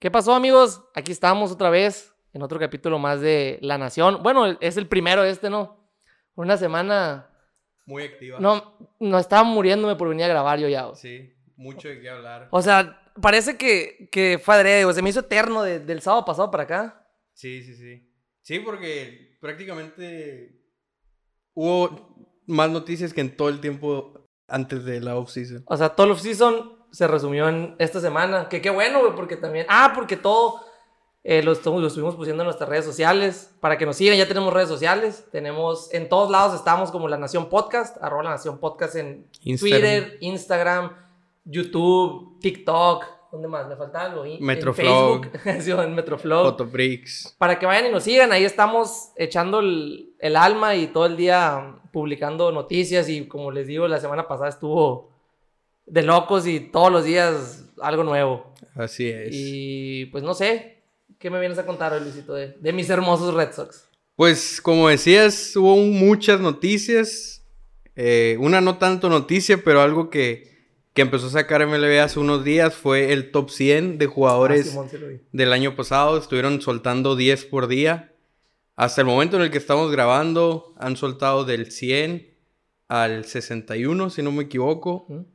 ¿Qué pasó, amigos? Aquí estamos otra vez en otro capítulo más de La Nación. Bueno, es el primero ¿no? Una semana... Muy activa. No estaba muriéndome por venir a grabar yo ya. Sí, mucho de qué hablar. O sea, parece que fue adrede, se me hizo eterno del sábado pasado para acá. Sí. Sí, porque prácticamente hubo más noticias que en todo el tiempo antes de la off-season. O sea, todo el off-season se resumió en esta semana. Que qué bueno, güey, porque también... porque todo lo estuvimos pusiendo en nuestras redes sociales. Para que nos sigan, ya tenemos redes sociales. En todos lados estamos como La Nación Podcast. @ La Nación Podcast en Twitter, Instagram, YouTube, TikTok. ¿Dónde más? ¿Me falta algo? Metroflog. En Facebook. Sí, en Metroflog. Photobricks. Para que vayan y nos sigan. Ahí estamos echando el alma y todo el día publicando noticias. Y como les digo, la semana pasada estuvo de locos y todos los días algo nuevo. Así es. Y pues no sé, ¿qué me vienes a contar hoy, Luisito, de mis hermosos Red Sox? Pues como decías, hubo muchas noticias. Una no tanto noticia, pero algo que empezó a sacar MLB hace unos días fue el top 100 de jugadores Simón, sí lo vi. del año pasado. Estuvieron soltando 10 por día. Hasta el momento en el que estamos grabando, han soltado del 100 al 61, si no me equivoco. ¿Mm?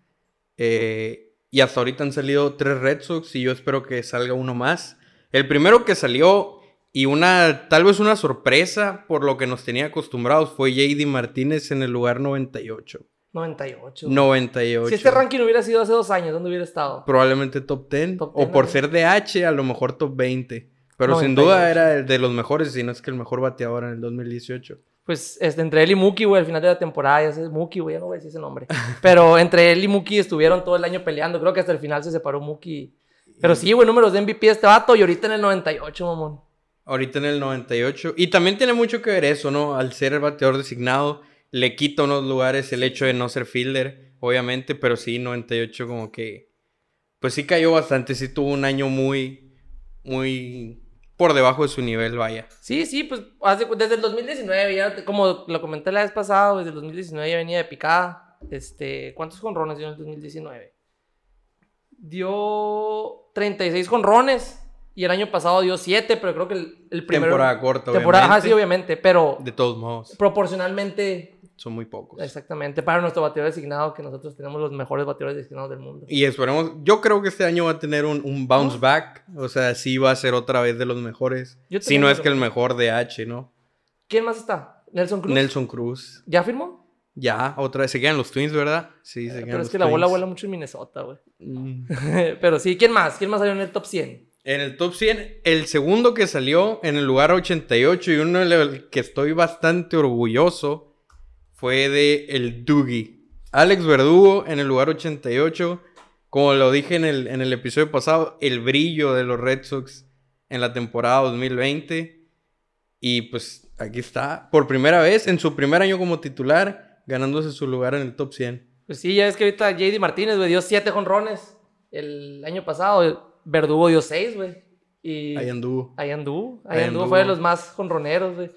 Y hasta ahorita han salido 3 Red Sox y yo espero que salga uno más. El primero que salió y tal vez una sorpresa por lo que nos tenía acostumbrados fue JD Martínez en el lugar 98. 98. 98. Si este ranking hubiera sido hace 2 años, ¿dónde hubiera estado? Probablemente top 10. O por ser DH, a lo mejor top 20. Pero 98. Sin duda era de los mejores, si no es que el mejor bateador en el 2018. Pues entre él y Mookie, güey, al final de la temporada, ya sé, Mookie, güey, ya no voy a decir ese nombre. Pero entre él y Mookie estuvieron todo el año peleando. Creo que hasta el final se separó Mookie. Pero sí, güey, números de MVP este vato y ahorita en el 98, mamón. Ahorita en el 98. Y también tiene mucho que ver eso, ¿no? Al ser el bateador designado, le quita unos lugares el hecho de no ser fielder, obviamente. Pero sí, 98 como que... Pues sí cayó bastante. Sí tuvo un año muy por debajo de su nivel, vaya. Sí, pues desde el 2019, ya como lo comenté la vez pasada, desde el 2019 ya venía de picada. ¿Cuántos jonrones dio en el 2019? Dio 36 jonrones y el año pasado dio 7, pero creo que el primero... Temporada corta, obviamente. Sí, obviamente, pero... De todos modos. Proporcionalmente... Son muy pocos. Exactamente, para nuestro bateador designado, que nosotros tenemos los mejores bateadores designados del mundo. Y esperemos, yo creo que este año va a tener un bounce back, o sea, sí va a ser otra vez de los mejores. Si no es que el mejor DH, ¿no? ¿Quién más está? Nelson Cruz. ¿Ya firmó? Ya, otra vez. Se quedan los Twins, ¿verdad? Sí, se quedan pero los es que Twins. La bola vuela mucho en Minnesota, güey. Pero sí, ¿quién más? ¿Quién más salió en el top 100? En el top 100, el segundo que salió en el lugar 88 y uno del que estoy bastante orgulloso fue de el Dougie. Alex Verdugo en el lugar 88. Como lo dije en el episodio pasado, el brillo de los Red Sox en la temporada 2020. Y pues aquí está, por primera vez, en su primer año como titular, ganándose su lugar en el top 100. Pues sí, ya ves que ahorita JD Martínez, güey, dio 7 jonrones el año pasado. Verdugo dio 6, güey. Y ahí anduvo. Fue de los más jonroneros, güey.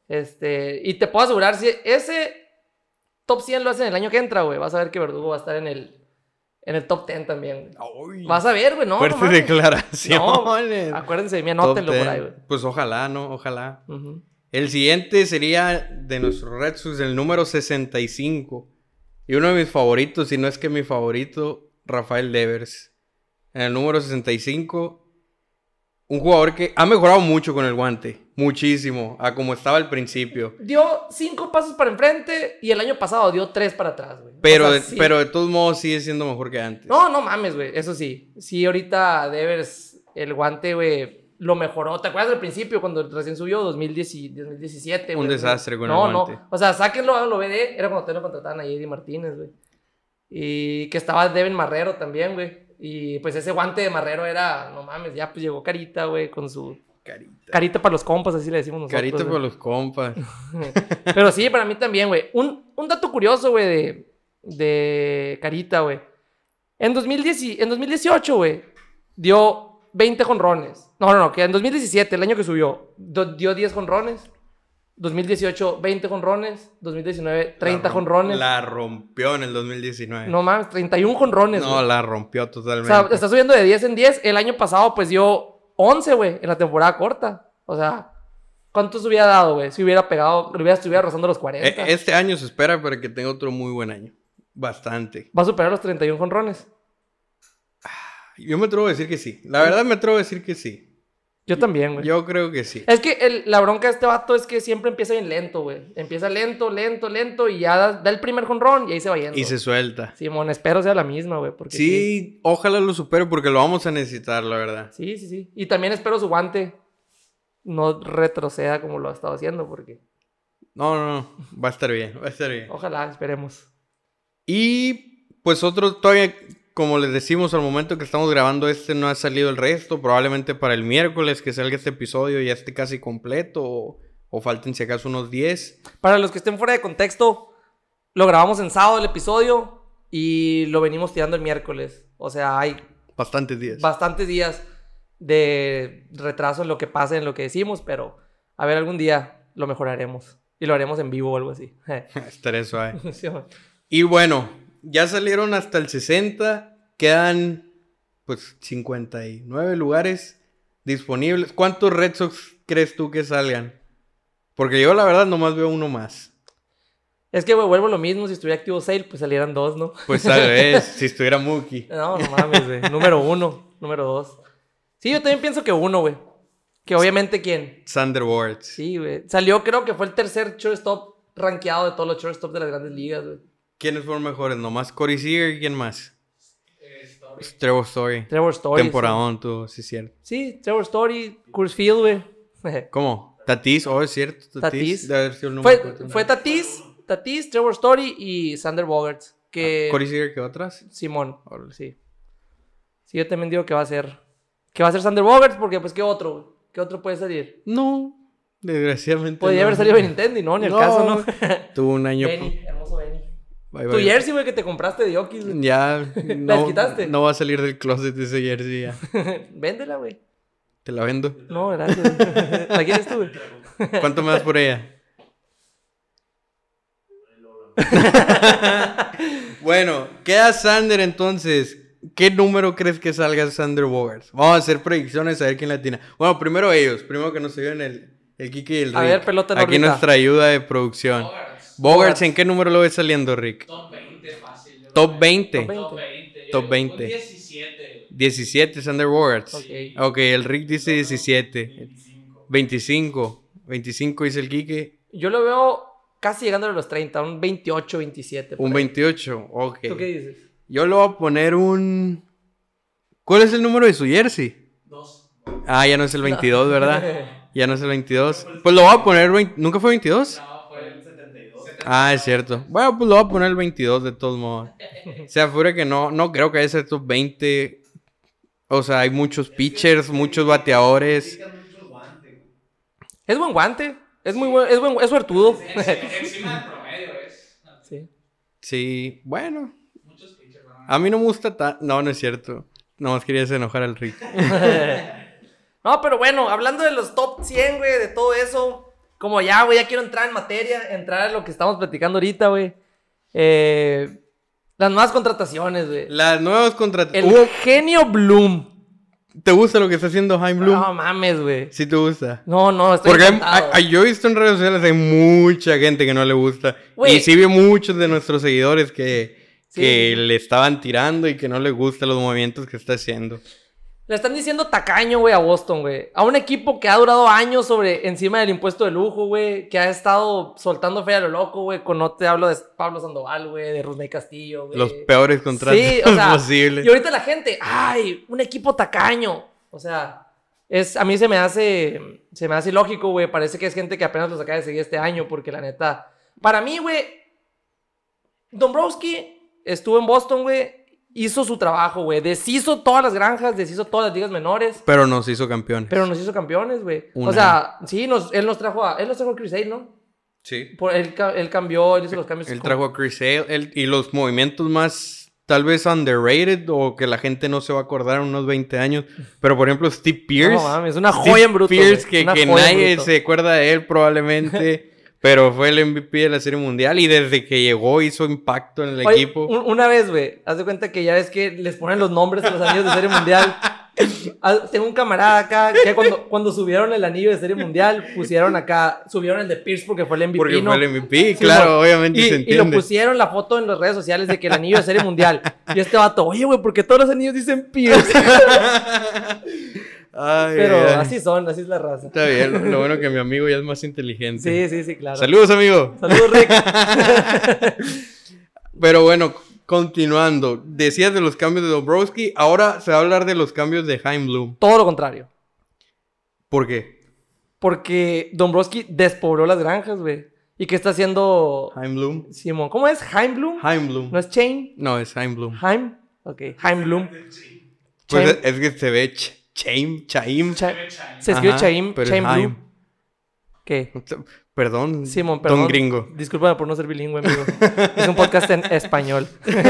Y te puedo asegurar, si ese top 100 lo hacen el año que entra, güey, vas a ver que Verdugo va a estar en el top 10 también. Uy, vas a ver, güey, no. Fuerte declaración. No, acuérdense de mí, anótenlo por ahí, güey. Pues ojalá, ¿no? Ojalá. Uh-huh. El siguiente sería de nuestros Red Sox, el número 65. Y uno de mis favoritos, si no es que mi favorito, Rafael Devers. En el número 65, un jugador que ha mejorado mucho con el guante. Muchísimo, a como estaba al principio. Dio 5 pasos para enfrente y el año pasado dio 3 para atrás, güey. Pero de todos modos sigue siendo mejor que antes. No mames, güey, eso sí. Sí, ahorita Devers, el guante, güey, lo mejoró. ¿Te acuerdas del principio cuando recién subió? 2017, güey. Un desastre con el guante. No, o sea, sáquenlo, háganlo BD. Era cuando te lo contrataban a JD Martínez, güey. Y que estaba Devin Marrero también, güey. Y pues ese guante de Marrero era, no mames, ya pues llegó Carita, güey, con su... Carita para los compas, así le decimos nosotros. Carita para los compas. Pero sí, para mí también, güey. Un dato curioso, güey, de Carita, güey. En 2018, güey, dio 20 jonrones. No, que en 2017, el año que subió, dio 10 jonrones. 2018, 20 jonrones. 2019, 30 jonrones. La rompió en el 2019. No mames, 31 jonrones. No, la rompió totalmente. O sea, está subiendo de 10 en 10. El año pasado, pues dio 11, güey, en la temporada corta. O sea, ¿cuántos hubiera dado, güey? Si hubiera pegado, estuviera rozando los 40. Este año se espera para que tenga otro muy buen año. Bastante. ¿Va a superar los 31 jonrones? Yo me atrevo a decir que sí. La verdad me atrevo a decir que sí. Yo también, güey. Yo creo que sí. Es que la bronca de este vato es que siempre empieza bien lento, güey. Empieza lento y ya da el primer jonrón y ahí se va yendo. Y se suelta. Simón, espero sea la misma, güey. Sí, ojalá lo supere porque lo vamos a necesitar, la verdad. Sí. Y también espero su guante no retroceda como lo ha estado haciendo porque... No. Va a estar bien. Ojalá, esperemos. Y pues otro todavía... Como les decimos, al momento que estamos grabando no ha salido el resto. Probablemente para el miércoles que salga este episodio ya esté casi completo. O falten si acaso unos 10. Para los que estén fuera de contexto, lo grabamos en sábado el episodio y lo venimos tirando el miércoles. O sea, hay... Bastantes días de retraso en lo que pase, en lo que decimos. Pero a ver, algún día lo mejoraremos. Y lo haremos en vivo o algo así. Estaré suave. Y bueno... Ya salieron hasta el 60, quedan pues 59 lugares disponibles. ¿Cuántos Red Sox crees tú que salgan? Porque yo la verdad nomás veo uno más. Es que, güey, vuelvo a lo mismo. Si estuviera activo Sale, pues salieran 2, ¿no? Pues tal vez, si estuviera Mookie. No mames, güey. Número 1, número 2. Sí, yo también pienso que 1, güey. Que obviamente, ¿quién? Xander Bogaerts. Sí, güey. Salió, creo que fue el tercer shortstop rankeado de todos los shortstops de las grandes ligas, güey. ¿Quiénes fueron mejores? ¿Nomás Corey Seager y quién más? Trevor Story. Temporadón, sí. Tú, sí, cierto. Sí, Trevor Story, Coors Field, güey. ¿Cómo? Tatis, es cierto. Tatis. Debe haber sido el número fue Tatis, Trevor Story y Xander Bogaerts. ¿Corey Seager quedó atrás? Simón, sí. Sí, yo también digo que va a ser Xander Bogaerts porque, pues, ¿qué otro? ¿Qué otro puede salir? No, desgraciadamente podría haber salido Benintendi, ¿no? Ni el caso, ¿no? Tuvo un año... Benny, hermoso Benny. Bye. Tu jersey, güey, que te compraste de Yoki, güey. Ya. ¿La quitaste? No va a salir del closet ese jersey ya. Véndela, güey. ¿Te la vendo? No, gracias. ¿La quieres tú, güey? ¿Cuánto me das por ella? Bueno, queda Xander entonces. ¿Qué número crees que salga Xander Bogaerts? Vamos a hacer predicciones a ver quién la tiene. Bueno, primero ellos. Primero que nos ayuden el Kiki y el Rick. A ver, pelota Aquí Norrita. nuestra ayuda de producción. Bogaerts, ¿en qué número lo ves saliendo, Rick? Top 20 fácil. Top 20. Top 20. 17. 17, Xander Bogaerts. Ok, el Rick dice 17. 25 dice el Kike. Yo lo veo casi llegando a los 30, un 28, 27. Un 28, ok. ¿Tú qué dices? Yo le voy a poner un... ¿Cuál es el número de su jersey? 2. Ah, ya no es el 22, ¿verdad? Ya no es el 22. Pues lo voy a poner... ¿Nunca fue 22? No, fue el 72. Ah, es cierto. Bueno, pues lo voy a poner el 22 de todos modos. O sea, fuera que no creo que haya ser top 20. O sea, hay muchos pitchers, muchos bateadores. Es buen guante. Es muy buen, es suertudo. Encima del promedio es. Sí. Sí, bueno. Muchos pitchers. A mí no me gusta No, no es cierto. Nomás querías enojar al Rick. No, pero bueno, hablando de los top 100, güey, de todo eso. Como ya, güey, ya quiero entrar en materia, entrar en lo que estamos platicando ahorita, güey. Las nuevas contrataciones, güey. Las nuevas contrataciones. El genio Bloom. ¿Te gusta lo que está haciendo Chaim Bloom? No mames, güey. Sí te gusta. No, estoy Porque encantado. yo he visto en redes sociales hay mucha gente que no le gusta. Güey. Y sí vi muchos de nuestros seguidores que Sí. le estaban tirando y que no les gustan los movimientos que está haciendo. Le están diciendo tacaño, güey, a Boston, güey. A un equipo que ha durado años encima del impuesto de lujo, güey. Que ha estado soltando fe a lo loco, güey. No te hablo de Pablo Sandoval, güey. De Rusney Castillo, güey. Los peores contratos sí, o sea, posibles. Y ahorita la gente, ¡ay! Un equipo tacaño. O sea, a mí se me hace ilógico, güey. Parece que es gente que apenas los acaba de seguir este año. Porque la neta, para mí, güey, Dombrowski estuvo en Boston, güey. Hizo su trabajo, güey. Deshizo todas las granjas, deshizo todas las ligas menores. Pero nos hizo campeones. Pero nos hizo campeones, güey. O sea, sí, él nos trajo a Chris Sale, ¿no? Sí. Él cambió, él hizo los cambios. Él trajo a Chris Sale. Y los movimientos más, tal vez, underrated o que la gente no se va a acordar en unos 20 años. Pero, por ejemplo, Steve Pearce. No mames, una joya en bruto. Steve Pearce, güey. que nadie se acuerda de él probablemente. Pero fue el MVP de la Serie Mundial y desde que llegó hizo impacto en el equipo. Una vez, güey, haz de cuenta que ya ves que les ponen los nombres a los anillos de Serie Mundial. Tengo un camarada acá que cuando subieron el anillo de Serie Mundial, subieron el de Pierce porque fue el MVP. Porque ¿no? fue el MVP, Sí, claro, obviamente se y entiende. lo pusieron la foto en las redes sociales de que el anillo de Serie Mundial. Y este vato, oye, güey, ¿por qué todos los anillos dicen Pierce? Ay, Pero ay. así es la raza. Está bien, lo bueno que mi amigo ya es más inteligente. Sí, claro. Saludos, amigo. Saludos, Rick. Pero bueno, continuando. Decías de los cambios de Dombrowski. Ahora se va a hablar de los cambios de Chaim Bloom. Todo lo contrario. ¿Por qué? Porque Dombrowski despobló las granjas, güey. ¿Y qué está haciendo Chaim Bloom. Simón? ¿Cómo es? ¿Chaim Bloom? Chaim Bloom. ¿No es Chain? No, es Chaim Bloom. ¿Chaim? Ok, Chaim Bloom. Pues Chaim. es que se ve Chaim. Se escribe Ajá, Chaim, pero es Chaim Chaim. Bloom. ¿Qué? Perdón. Simón, perdón. Don gringo. Discúlpame por no ser bilingüe, amigo. Es un podcast en español.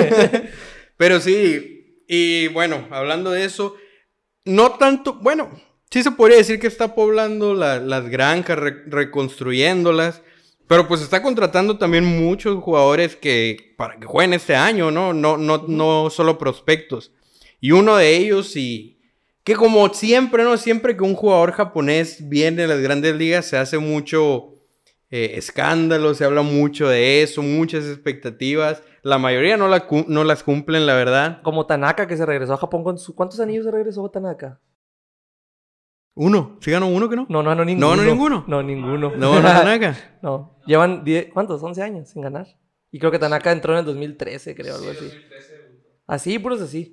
Pero sí, y bueno, hablando de eso, no tanto, bueno, sí se podría decir que está poblando las granjas, reconstruyéndolas, pero pues está contratando también muchos jugadores para que jueguen este año, ¿no? No solo prospectos. Y uno de ellos, y que como siempre, ¿no? Siempre que un jugador japonés viene a las grandes ligas se hace mucho escándalo, se habla mucho de eso, muchas expectativas. La mayoría no las cumplen, la verdad. Como Tanaka, que se regresó a Japón con ¿Cuántos anillos se regresó Tanaka? Uno. ¿Sí ganó uno que no? No ninguno. No, ninguno. No, ninguno. No, Tanaka. No. Llevan 10, ¿cuántos? 11 años sin ganar. Y creo que Tanaka entró en el 2013, creo, algo así. 2013 debutó. Así, puros así.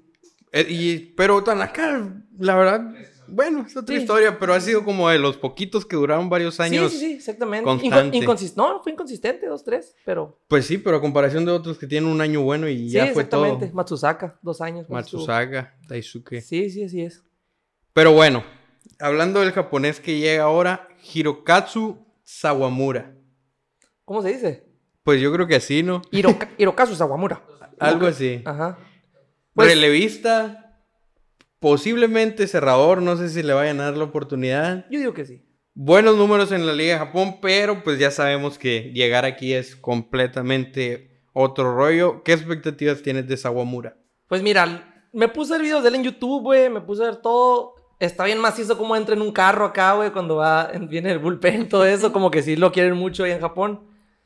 Pero Tanaka, la verdad, bueno, es otra Sí. historia, pero ha sido como de los poquitos que duraron varios años. Sí, exactamente. Constante. No, fue inconsistente, 2, 3, pero... Pues sí, pero a comparación de otros que tienen un año bueno y Sí, ya fue todo. exactamente. Matsusaka, 2 años. Matsusaka, Daisuke. Sí, así es. Pero bueno, hablando del japonés que llega ahora, Hirokatsu Sawamura. ¿Cómo se dice? Pues yo creo que así, ¿no? Hirokazu Sawamura. Algo así. Ajá. Pues- Relevista, posiblemente cerrador, no sé si le vayan a dar la oportunidad. Yo digo que sí. Buenos números en la Liga de Japón, pero pues ya sabemos que llegar aquí es completamente otro rollo. ¿Qué expectativas tienes de Sawamura? Pues mira, me puse a ver videos de él en YouTube, güey. Me puse a ver todo. Está bien macizo como entra en un carro acá, güey, cuando viene el bullpen, todo eso. Como que sí lo quieren mucho ahí en Japón.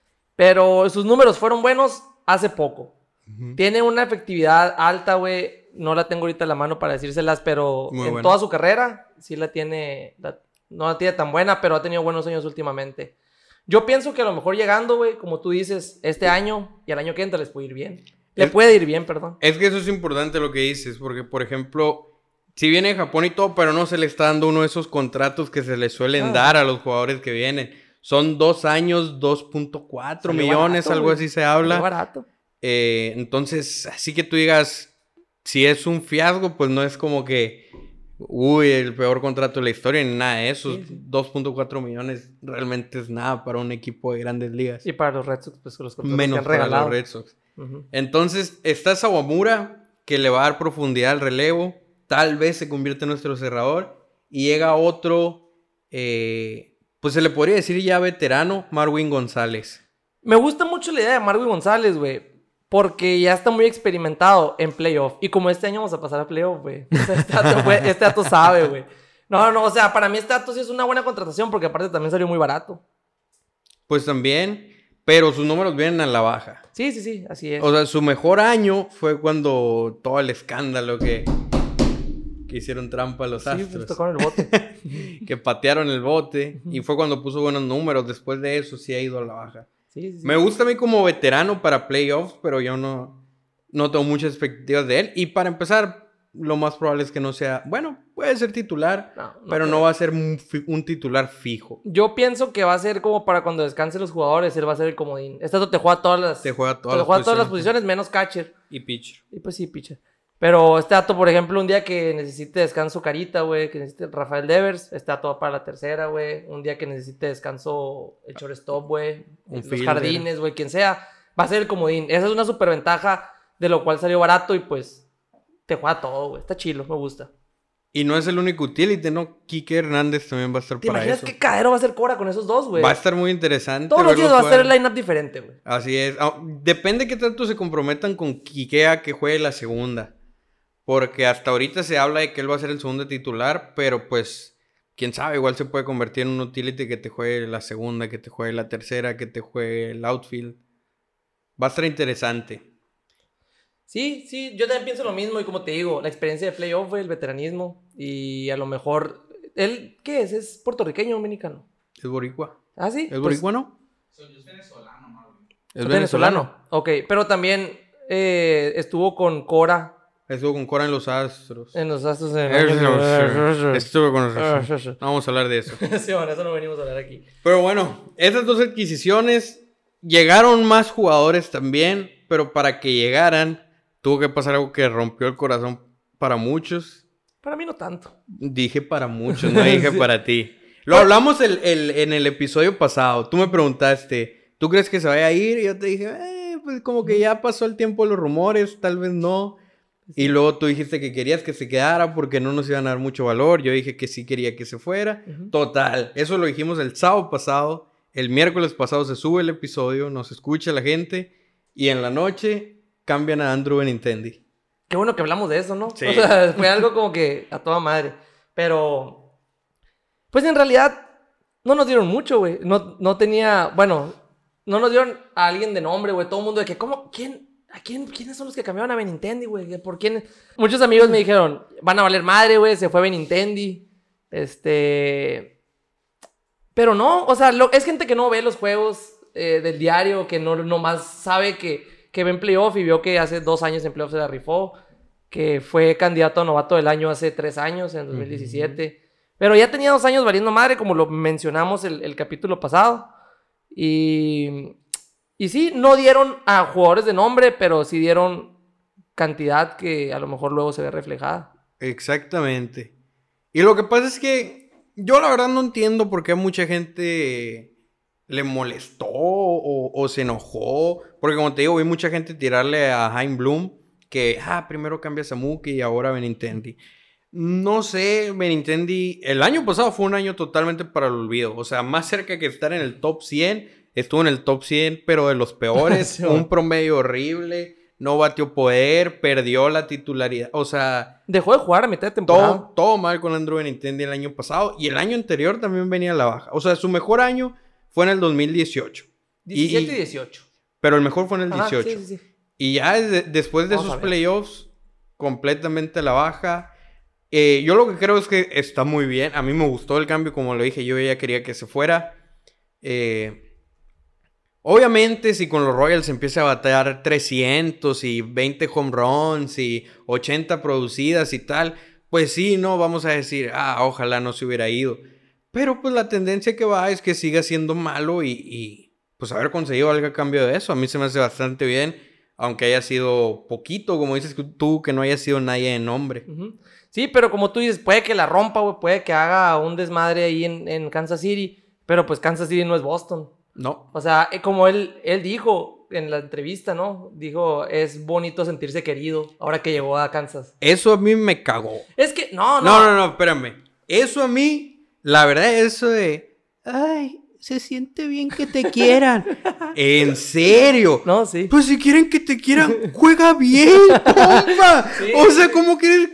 Pero sus números fueron buenos hace poco. Tiene una efectividad alta, güey. No la tengo ahorita en la mano para decírselas, pero Muy en buena. toda su carrera sí la tiene. No la tiene tan buena, pero ha tenido buenos años últimamente. Yo pienso que a lo mejor llegando, güey, como tú dices, este año y el año que entra les puede ir bien. Le puede ir bien, perdón. Es que eso es importante lo que dices, porque por ejemplo, si viene de Japón y todo, pero no se le está dando uno de esos contratos que se le suelen dar a los jugadores que vienen. Son 2 años, 2.4 Salió millones, barato, algo güey. así se habla. Muy barato. Entonces, así que tú digas, si es un fiasco, pues no es como que, el peor contrato de la historia, ni nada de eso. Sí, sí. 2.4 millones realmente es nada para un equipo de grandes ligas. Y para los Red Sox, pues los contratos Menos que han para regalado. los Red Sox. Ujú. Entonces, está Sawamura, que le va a dar profundidad al relevo. Tal vez se convierte en nuestro cerrador. Y llega otro, pues se le podría decir ya veterano, Marwin González. Me gusta mucho la idea de Marwin González, güey. Porque ya está muy experimentado en playoff. Y como este año vamos a pasar a playoff, güey. O sea, este dato sabe, güey. No, o sea, para mí este dato sí es una buena contratación porque aparte también salió muy barato. Pues también, pero sus números vienen a la baja. Sí, así es. O sea, su mejor año fue cuando todo el escándalo que hicieron trampa a los Sí, Astros. pues tocaron el bote. Que patearon el bote. Y fue cuando puso buenos números. Después de eso sí ha ido a la baja. Sí. Me gusta a mí como veterano para playoffs, pero yo no tengo muchas expectativas de él. Y para empezar, lo más probable es que no sea... Bueno, puede ser titular, No pero creo. no va a ser un titular fijo. Yo pienso que va a ser como para cuando descansen los jugadores, él va a ser el comodín. Este dato te juega todas las... Te juega todas te las juega todas las posiciones. posiciones menos catcher. Y pitcher. Y pues sí, pitcher. Pero este dato, por ejemplo, un día que necesite descanso Carita, güey, que necesite Rafael Devers, este dato va para la tercera, güey. Un día que necesite descanso el shortstop, güey. Un Los fielder. jardines, güey, quien sea. Va a ser el comodín. Esa es una superventaja de lo cual salió barato y pues te juega todo, güey. Está chilo, me gusta. Y no es el único utility, ¿no? Kike Hernández también va a estar ¿Te para imaginas eso. qué cadero va a ser Cora con esos dos, güey? Va a estar muy interesante. Todos los días verlos va a ser el jugar. line-up diferente, güey. Así es. Depende qué tanto se comprometan con Kike a que juegue la segunda. Porque hasta ahorita se habla de que él va a ser el segundo titular, pero pues, quién sabe, igual se puede convertir en un utility que te juegue la segunda, que te juegue la tercera, que te juegue el outfield. Va a estar interesante. Sí, sí, yo también pienso lo mismo y como te digo, la experiencia de playoff, güey, el veteranismo y a lo mejor, ¿él qué es? ¿Es puertorriqueño o dominicano? ¿Es boricua? ¿Ah, sí? ¿Es boricua, no? Es venezolano, ¿no? ¿Es venezolano? Ok, pero también estuvo con Cora Estuvo con Cora en los Astros. en los Astros Estuvo con los Astros. No vamos a hablar de eso. Sí, bueno, eso no venimos a hablar aquí. Pero bueno, esas dos adquisiciones, llegaron más jugadores también, pero para que llegaran, tuvo que pasar algo que rompió el corazón para muchos. Para mí no tanto. Dije para muchos, no dije Sí. para ti. Lo hablamos en el episodio pasado. Tú me preguntaste, ¿tú crees que se vaya a ir? Y yo te dije, pues como que ya pasó el tiempo de los rumores, tal vez no. Y luego tú dijiste que querías que se quedara porque no nos iban a dar mucho valor. Yo dije que sí quería que se fuera. Total, eso lo dijimos el sábado pasado. El miércoles pasado se sube el episodio, nos escucha la gente. Y en la noche cambian a Andrew Benintendi. Qué bueno que hablamos de eso, ¿no? Sí. O sea, fue algo como que a toda madre. Pero, pues en realidad, no nos dieron mucho, güey. No tenía, bueno, no nos dieron a alguien de nombre, güey. Todo el mundo de que, ¿cómo? ¿Quiénes son los que cambiaron a Benintendi, güey? ¿Por quién? Muchos amigos me dijeron, van a valer madre, güey, se fue Benintendi. Pero no, o sea, es gente que no ve los juegos del diario, que no más sabe que ve en playoff y vio que hace 2 años en playoff se la rifó, que fue candidato a novato del año hace 3 años, en 2017. Pero ya tenía 2 años valiendo madre, como lo mencionamos el capítulo pasado. Y sí, no dieron a jugadores de nombre, pero sí dieron cantidad que a lo mejor luego se ve reflejada. Exactamente. Y lo que pasa es que yo la verdad no entiendo por qué a mucha gente le molestó o se enojó. Porque como te digo, vi mucha gente tirarle a Chaim Bloom que primero cambias a Mookie y ahora Benintendi. No sé, Benintendi, el año pasado fue un año totalmente para el olvido. O sea, más cerca que estar en el top 100, estuvo en el top 100, pero de los peores. Sí, un promedio horrible, no batió poder, perdió la titularidad. O sea, Dejó de jugar a mitad de temporada. todo mal con Andrew Benintendi el año pasado. Y el año anterior también venía a la baja. O sea, su mejor año fue en el 2018. 17 y 18. Pero el mejor fue en el Ajá, 18. sí. Y ya después de Vamos a esos ver. playoffs, completamente a la baja. Yo lo que creo es que está muy bien. A mí me gustó el cambio, como lo dije. Yo ya quería que se fuera. Obviamente, si con los Royals empieza a batear 300 y 20 home runs y 80 producidas y tal, pues sí, no, vamos a decir, ojalá no se hubiera ido. Pero pues la tendencia que va es que siga siendo malo y pues haber conseguido algo a cambio de eso. A mí se me hace bastante bien, aunque haya sido poquito, como dices tú, que no haya sido nadie de nombre. Ujú. Sí, pero como tú dices, puede que la rompa, güey, puede que haga un desmadre ahí en Kansas City, pero pues Kansas City no es Boston. No. O sea, como él dijo en la entrevista, ¿no? Dijo, es bonito sentirse querido ahora que llegó a Kansas. Eso a mí me cagó. Es que, no. No, espérame. Eso a mí, la verdad, eso de... Ay, se siente bien que te quieran. ¿En serio? No, sí. Pues si quieren que te quieran, juega bien, compa. Sí. O sea, ¿cómo quieres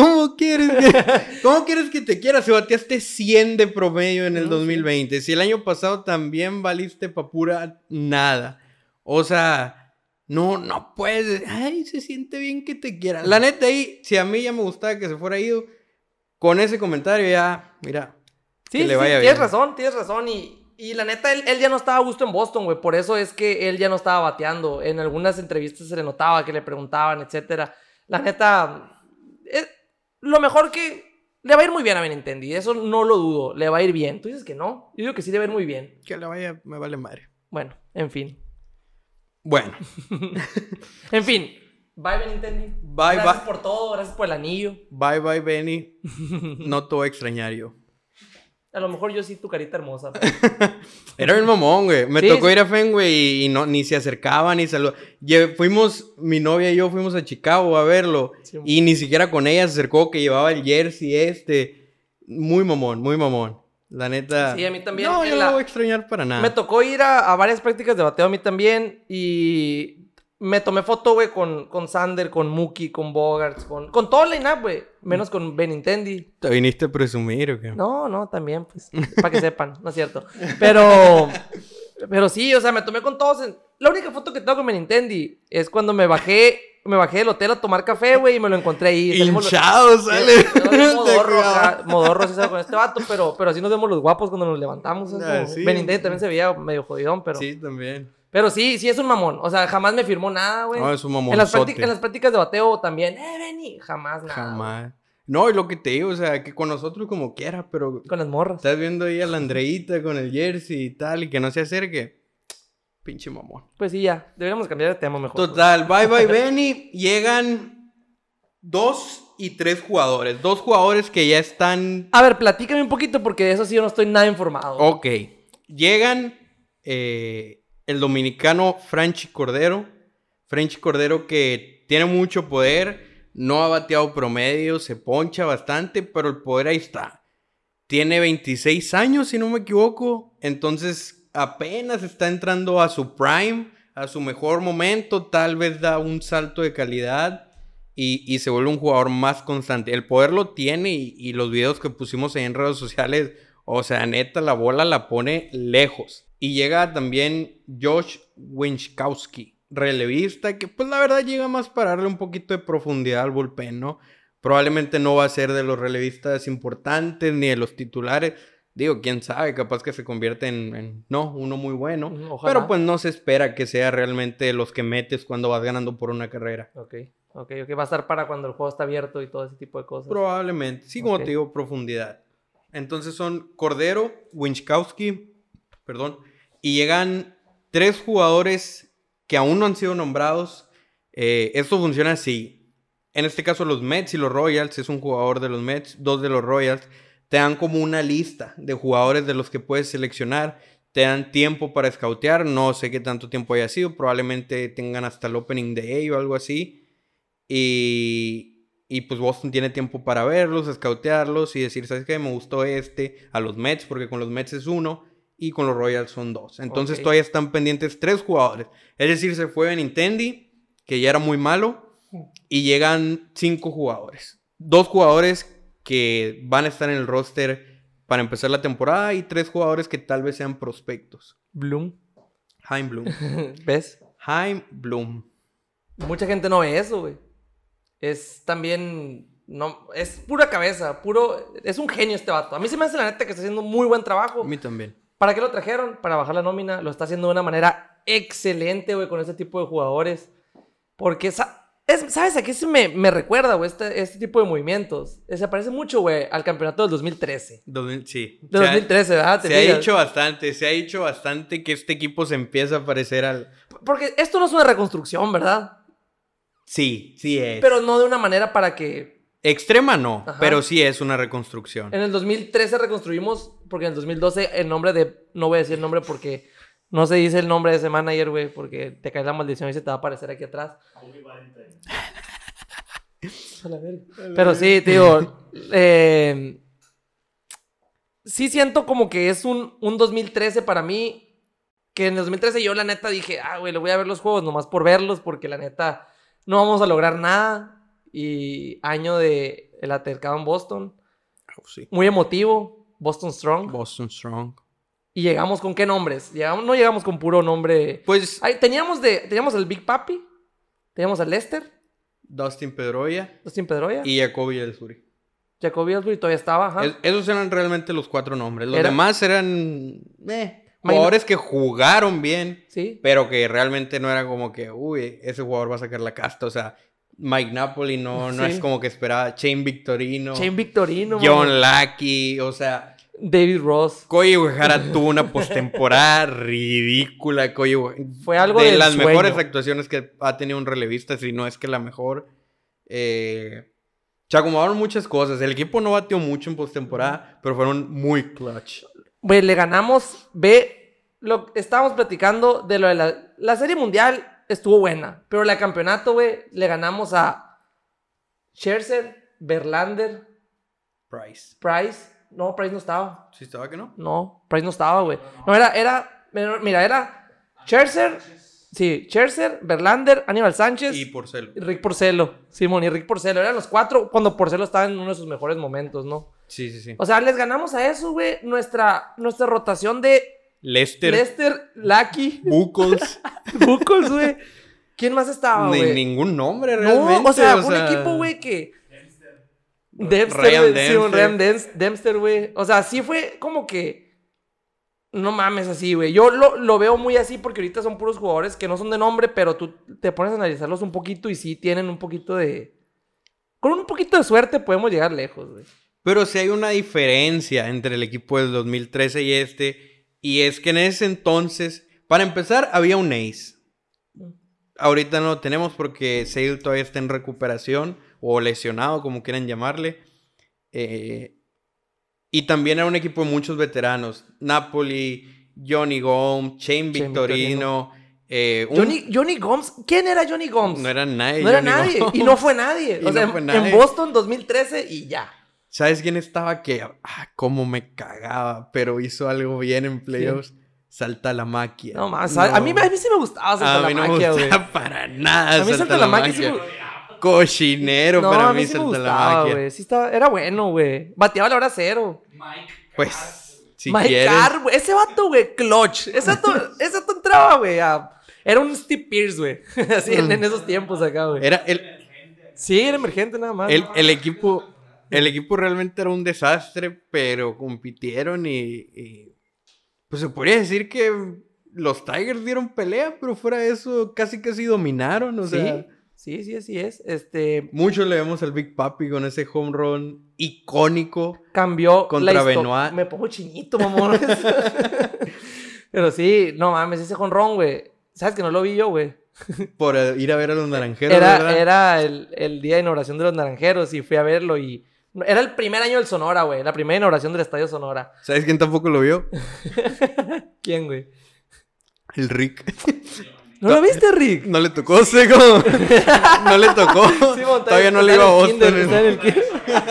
que te quieras? Si bateaste 100 de promedio en el No, 2020. Si el año pasado también valiste pa' pura nada. O sea, no puedes. Ay, se siente bien que te quieran. La neta ahí, si a mí ya me gustaba que se fuera ido, con ese comentario ya, mira, Sí, que le sí, vaya tienes bien. tienes razón. Y la neta, él ya no estaba a gusto en Boston, güey. Por eso es que él ya no estaba bateando. En algunas entrevistas se le notaba que le preguntaban, etcétera. La neta, lo mejor que... Le va a ir muy bien a Benintendi. Eso no lo dudo. Le va a ir bien. ¿Tú dices que no? Yo digo que sí le va a ir muy bien. Que le vaya, me vale madre. Bueno, en fin. Bueno, En fin. Bye, Benintendi. Bye, Gracias bye. por todo. Gracias por el anillo. bye, Benny. No te voy a extrañar yo. A lo mejor yo sí tu carita hermosa. Era bien mamón, güey. Me Sí, tocó sí. ir a Fenway y no, ni se acercaba ni saludaba. Mi novia y yo fuimos a Chicago a verlo. Sí. Y ni siquiera con ella se acercó, que llevaba el jersey Muy mamón. La neta. Sí, a mí también. No, En yo no la- lo voy a extrañar para nada. Me tocó ir a varias prácticas de bateo a mí también y me tomé foto, güey, con Sander, con Mookie, con Bogarts, con todo el line-up, güey. Menos con Benintendi. ¿Te viniste a presumir o qué? No, también, pues, para que sepan, no es cierto. Pero sí, o sea, me tomé con todos. La única foto que tengo con Benintendi es cuando me bajé del hotel a tomar café, güey, y me lo encontré ahí. Hinchado, sale. Modorro acá, modorro, sí, sabe, con este vato, pero así nos vemos los guapos cuando nos levantamos. Sí. Benintendi también se veía medio jodidón, pero... Sí, también. Pero sí es un mamón. O sea, jamás me firmó nada, güey. No, es un mamón. En las prácticas de bateo también. Benny. Jamás nada. Jamás. No, y lo que te digo, o sea, que con nosotros como quiera, pero... Con las morras. Estás viendo ahí a la Andreita con el jersey y tal, y que no se acerque. Pinche mamón. Pues sí, ya. Deberíamos cambiar de tema mejor. Total, bye Benny. Llegan 2 y 3 jugadores. 2 jugadores que ya están... A ver, platícame un poquito porque de eso sí yo no estoy nada informado. Ok. Llegan el dominicano Franchy Cordero. Franchy Cordero que tiene mucho poder. No ha bateado promedio. Se poncha bastante, pero el poder ahí está. Tiene 26 años, si no me equivoco. Entonces... apenas está entrando a su prime, a su mejor momento, tal vez da un salto de calidad y se vuelve un jugador más constante. El poder lo tiene y los videos que pusimos ahí en redes sociales, o sea, neta, la bola la pone lejos. Y llega también Josh Winchkowski, relevista, que pues la verdad llega más para darle un poquito de profundidad al bullpen, ¿no? Probablemente no va a ser de los relevistas importantes ni de los titulares. Digo, quién sabe, capaz que se convierte en uno muy bueno. Ojalá. Pero pues no se espera que sea realmente los que metes cuando vas ganando por una carrera. Ok. Va a estar para cuando el juego está abierto y todo ese tipo de cosas. Probablemente. Sí, como te digo, profundidad. Entonces son Cordero, Winchkowski, y llegan 3 jugadores que aún no han sido nombrados. Esto funciona así. En este caso los Mets y los Royals, es un jugador de los Mets, 2 de los Royals. Te dan como una lista de jugadores de los que puedes seleccionar. Te dan tiempo para scoutear. No sé qué tanto tiempo haya sido. Probablemente tengan hasta el opening day o algo así. Y pues Boston tiene tiempo para verlos, scoutearlos y decir, ¿sabes qué? Me gustó a los Mets, porque con los Mets es 1 y con los Royals son 2. Entonces todavía están pendientes 3 jugadores. Es decir, se fue Benintendi, que ya era muy malo, y llegan 5 jugadores. 2 jugadores que van a estar en el roster para empezar la temporada y 3 jugadores que tal vez sean prospectos. Chaim Bloom. ¿Ves? Chaim Bloom. Mucha gente no ve eso, güey. Es también... No, es pura cabeza, es un genio este vato. A mí se me hace la neta que está haciendo muy buen trabajo. A mí también. ¿Para qué lo trajeron? Para bajar la nómina. Lo está haciendo de una manera excelente, güey, con ese tipo de jugadores. Porque... ¿Sabes a qué se me recuerda, güey? Este tipo de movimientos. Se parece mucho, güey, al campeonato del 2013. Sí. De 2013, ¿verdad? Se ha dicho bastante que este equipo se empieza a parecer al... Porque esto no es una reconstrucción, ¿verdad? Sí es. Pero no de una manera para que... Extrema no, Ajá. Pero sí es una reconstrucción. En el 2013 reconstruimos, porque en el 2012 el nombre de... No voy a decir el nombre porque no se dice el nombre de ese manager, güey, porque te cae la maldición y se te va a aparecer aquí atrás. Pero sí, tío. Sí siento como que es un 2013 para mí. Que en el 2013 yo la neta dije, güey, le voy a ver los juegos nomás por verlos. Porque la neta no vamos a lograr nada. Y año de el altercado en Boston. Sí. Muy emotivo. Boston Strong. ¿Y llegamos con qué nombres? No llegamos con puro nombre. Pues... Teníamos al Big Papi. Teníamos al Lester. Dustin Pedroia. Y Jacoby Ellsbury. Jacoby Ellsbury todavía estaba, ajá. Esos eran realmente los 4 nombres. Los demás eran... jugadores que jugaron bien. Sí. Pero que realmente no era como que... Uy, ese jugador va a sacar la casta. O sea... Mike Napoli no es como que esperaba. Shane Victorino. John Lackey. O sea... David Ross. Koji Uehara tuvo una postemporada ridícula. Fue algo de del las sueño. Mejores actuaciones que ha tenido un relevista, si no es que la mejor. Se acomodaron muchas cosas. El equipo no batió mucho en postemporada, pero fueron muy clutch. Güey, le ganamos. Estábamos platicando de lo de la Serie Mundial. Estuvo buena, pero la campeonato, güey, le ganamos a Scherzer, Verlander, Price. No, Price no estaba. ¿Sí estaba que no? No, Price no estaba, güey. No, era Scherzer, Sí, Scherzer, Verlander, Aníbal Sánchez Y Porcelo. y Rick Porcello. Simón y Rick Porcello. Eran los 4 cuando Porcello estaba en uno de sus mejores momentos, ¿no? Sí. O sea, les ganamos a eso, güey. Nuestra rotación de Lester, Lucky, Buchholz. Buchholz, güey. ¿Quién más estaba, güey? Ningún nombre realmente. No, o sea, fue un equipo, güey, que... Dempster, Ryan güey. Sí, un Dempster. Ryan Dempster, güey. O sea, sí fue como que... No mames así, güey. Yo lo veo muy así porque ahorita son puros jugadores que no son de nombre, pero tú te pones a analizarlos un poquito y sí tienen un poquito de... Con un poquito de suerte podemos llegar lejos, güey. Pero sí hay una diferencia entre el equipo del 2013 y este. Y es que en ese entonces, para empezar, había un ace. Ahorita no lo tenemos porque Sale todavía está en recuperación o lesionado, como quieran llamarle. Y también era un equipo de muchos veteranos. Napoli, Johnny Gomes, Shane Victorino. Johnny Gomes. ¿Quién era Johnny Gomes? No era nadie. No era Johnny nadie. Gomes. Y no fue nadie. Y O sea, no fue nadie. en Boston 2013 y ya. ¿Sabes quién estaba que... cómo me cagaba, pero hizo algo bien en playoffs? Salta la Maquia. No más. A mí sí me gustaba Salta A mí la no Maquia, me güey. gustaba para nada. A mí Salta la Maquia sí me... Cochinero No, para a mí mí sí me Salta la gustaba, Maquia. güey. Sí estaba... Era bueno, güey. Bateaba la hora 0. Pues, si Mike quieres. Carr, güey. Ese vato, güey. Clutch. Ese vato entraba, güey. Era un Steve Pierce, güey. Así en esos tiempos acá, güey. Era Sí, era emergente nada más. el equipo realmente era un desastre, pero compitieron y pues se podría decir que los Tigers dieron pelea, pero fuera de eso casi dominaron, o sea... Sí, así es. Mucho le vemos al Big Papi con ese home run icónico. Cambió contra la Benoit. Me pongo chinito, mamón. Pero sí, no mames, ese jonrón, güey. ¿Sabes que no lo vi yo, güey? Por ir a ver a los Naranjeros, ¿verdad? Era el día de inauguración de los Naranjeros y fui a verlo y... Era el primer año del Sonora, güey. La primera inauguración del Estadio Sonora. ¿Sabes quién tampoco lo vio? ¿Quién, güey? El Rick. ¿No lo viste, Rick? No le tocó, seco. No le tocó. Simón, Todavía no le iba a Boston. Está en el kinder.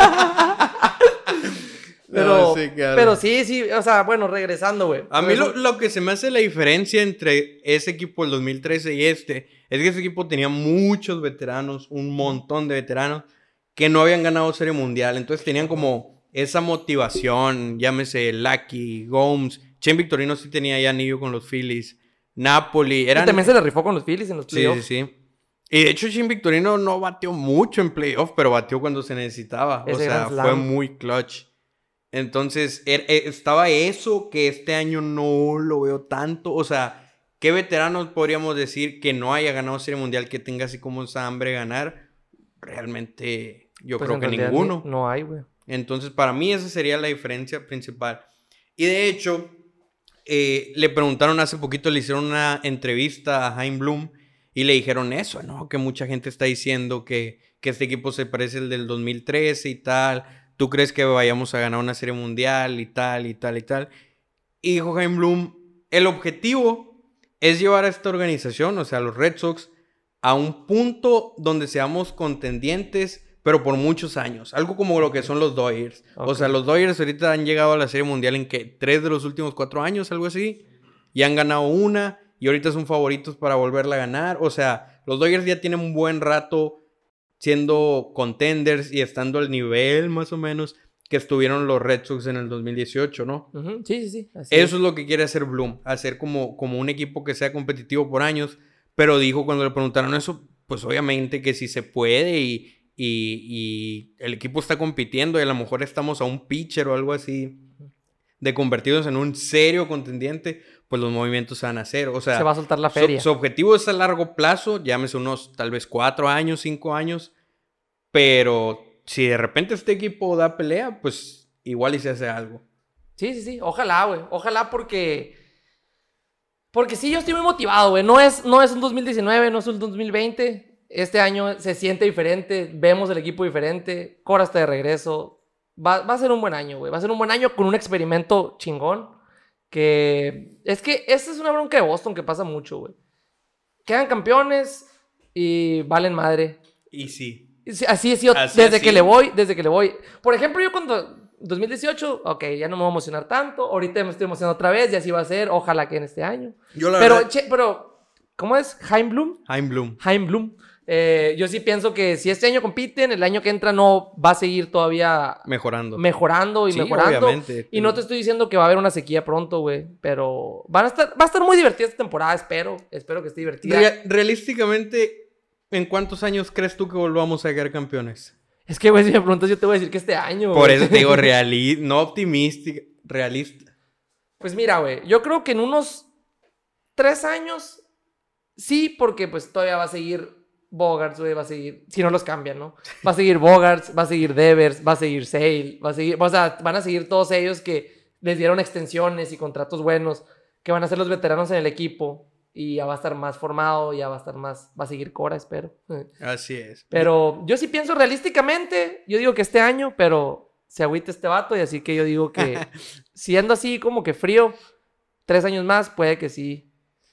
No, sí, claro. Pero sí, o sea, bueno, regresando, güey. A mí lo que se me hace la diferencia entre ese equipo del 2013 y es que ese equipo tenía muchos veteranos, un montón de veteranos, que no habían ganado Serie Mundial. Entonces tenían como esa motivación, llámese Lucky, Gomes. Shane Victorino sí tenía ya anillo con los Phillies. Napoli. Y también se le rifó con los Phillies en los playoffs. Sí. Y de hecho Shane Victorino no bateó mucho en playoffs, pero bateó cuando se necesitaba. Ese o sea, Grand Slam. fue muy clutch. Entonces, estaba eso que este año no lo veo tanto. O sea, ¿qué veteranos podríamos decir que no haya ganado Serie Mundial que tenga así como esa hambre de ganar? Realmente, yo Pues creo en que realidad ninguno. No hay, güey. Entonces, para mí esa sería la diferencia principal. Y de hecho, le preguntaron hace poquito, le hicieron una entrevista a Chaim Bloom y le dijeron eso, ¿no? Que mucha gente está diciendo que este equipo se parece al del 2013 y tal. ¿Tú crees que vayamos a ganar una Serie Mundial y tal, y tal, y tal? Y dijo Chaim Bloom, el objetivo es llevar a esta organización, o sea, a los Red Sox, a un punto donde seamos contendientes, pero por muchos años. Algo como lo que son los Dodgers. Okay. O sea, los Dodgers ahorita han llegado a la Serie Mundial en que 3 de los últimos 4 años, algo así. Y han ganado una, y ahorita son favoritos para volverla a ganar. O sea, los Dodgers ya tienen un buen rato siendo contenders y estando al nivel más o menos que estuvieron los Red Sox en el 2018, ¿no? Uh-huh. Sí. Así Eso es lo que quiere hacer Bloom, hacer como un equipo que sea competitivo por años, pero dijo cuando le preguntaron eso, pues obviamente que si se puede y el equipo está compitiendo y a lo mejor estamos a un pitcher o algo así de convertirnos en un serio contendiente, pues los movimientos se van a hacer. O sea, se va a soltar la feria. Su objetivo es a largo plazo, llámese unos tal vez 4 años, 5 años, pero si de repente este equipo da pelea, pues igual y se hace algo. Sí. Ojalá, güey. Ojalá porque sí, yo estoy muy motivado, güey. No es un 2019, no es un 2020. Este año se siente diferente, vemos el equipo diferente. Cora está de regreso. Va a ser un buen año, güey. Va a ser un buen año con un experimento chingón. Que es que esta es una bronca de Boston que pasa mucho, güey. Quedan campeones y valen madre. Y sí. Así he sido Así desde ha que sido. le voy. Por ejemplo, yo cuando 2018, ok, ya no me voy a emocionar tanto. Ahorita me estoy emocionando otra vez y así va a ser. Ojalá que en este año. Yo la Pero, verdad... pero ¿Cómo es? Heimblum. Heimblum. Yo sí pienso que si este año compiten, el año que entra no va a seguir todavía Mejorando. Mejorando. Sí, obviamente. Y no te estoy diciendo que va a haber una sequía pronto, güey. Pero va a estar muy divertida esta temporada, espero. Espero que esté divertida. Realísticamente, ¿en cuántos años crees tú que volvamos a quedar campeones? Es que, güey, si me preguntas, yo te voy a decir que este año. Por güey. eso te digo no optimista, realista. Pues mira, güey, yo creo que en unos 3 años, sí, porque pues todavía va a seguir Bogarts, güey, va a seguir, si no los cambian, ¿no? Va a seguir Bogarts, va a seguir Devers, va a seguir Sale, o sea, van a seguir todos ellos que les dieron extensiones y contratos buenos, que van a ser los veteranos en el equipo y ya va a estar más formado, ya va a seguir Cora, espero. Así es. Pero yo sí pienso realísticamente, yo digo que este año, pero se agüita este vato y así que yo digo que siendo así como que frío, 3 años más puede que sí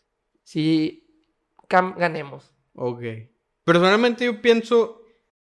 ganemos. Ok. Personalmente yo pienso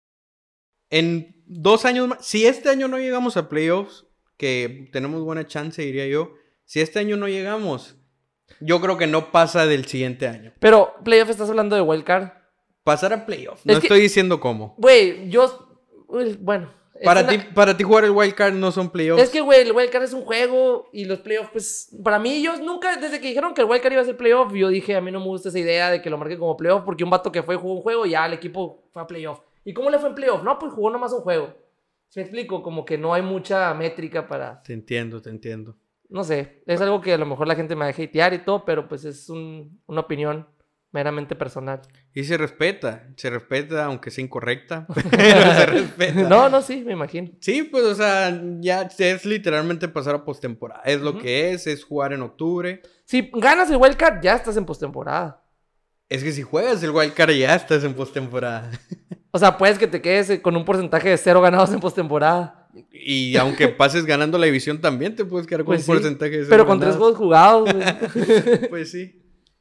en 2 años más. Si este año no llegamos a playoffs, que tenemos buena chance, diría yo. Si este año no llegamos, yo creo que no pasa del siguiente año. Pero, playoff, ¿estás hablando de wildcard? Pasar a playoffs. No estoy diciendo cómo. Güey, bueno. Para ti jugar el wildcard no son playoffs. Es que, güey, el wildcard es un juego y los playoffs, pues, para mí, yo nunca, desde que dijeron que el wildcard iba a ser playoff, yo dije, a mí no me gusta esa idea de que lo marquen como playoff, porque un vato que fue y jugó un juego, ya el equipo fue a playoff. ¿Y cómo le fue en playoff? No, pues jugó nomás un juego. ¿Sí me explico? Como que no hay mucha métrica para... Te entiendo. No sé, es algo que a lo mejor la gente me va a hatear y todo, pero pues es una opinión meramente personal. Y se respeta, aunque sea incorrecta, pero se respeta. No, sí, me imagino. Sí, pues, o sea, ya es literalmente pasar a postemporada. Es lo que es jugar en octubre. Si ganas el wildcard, ya estás en postemporada. Es que si juegas el wildcard, ya estás en postemporada. O sea, puedes que te quedes con un porcentaje de 0 ganados en postemporada. Y aunque pases ganando la división, también te puedes quedar con Pues un sí, porcentaje de 0 pero con ganados. 3 juegos jugados, güey. Pues sí.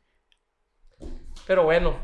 Pero bueno,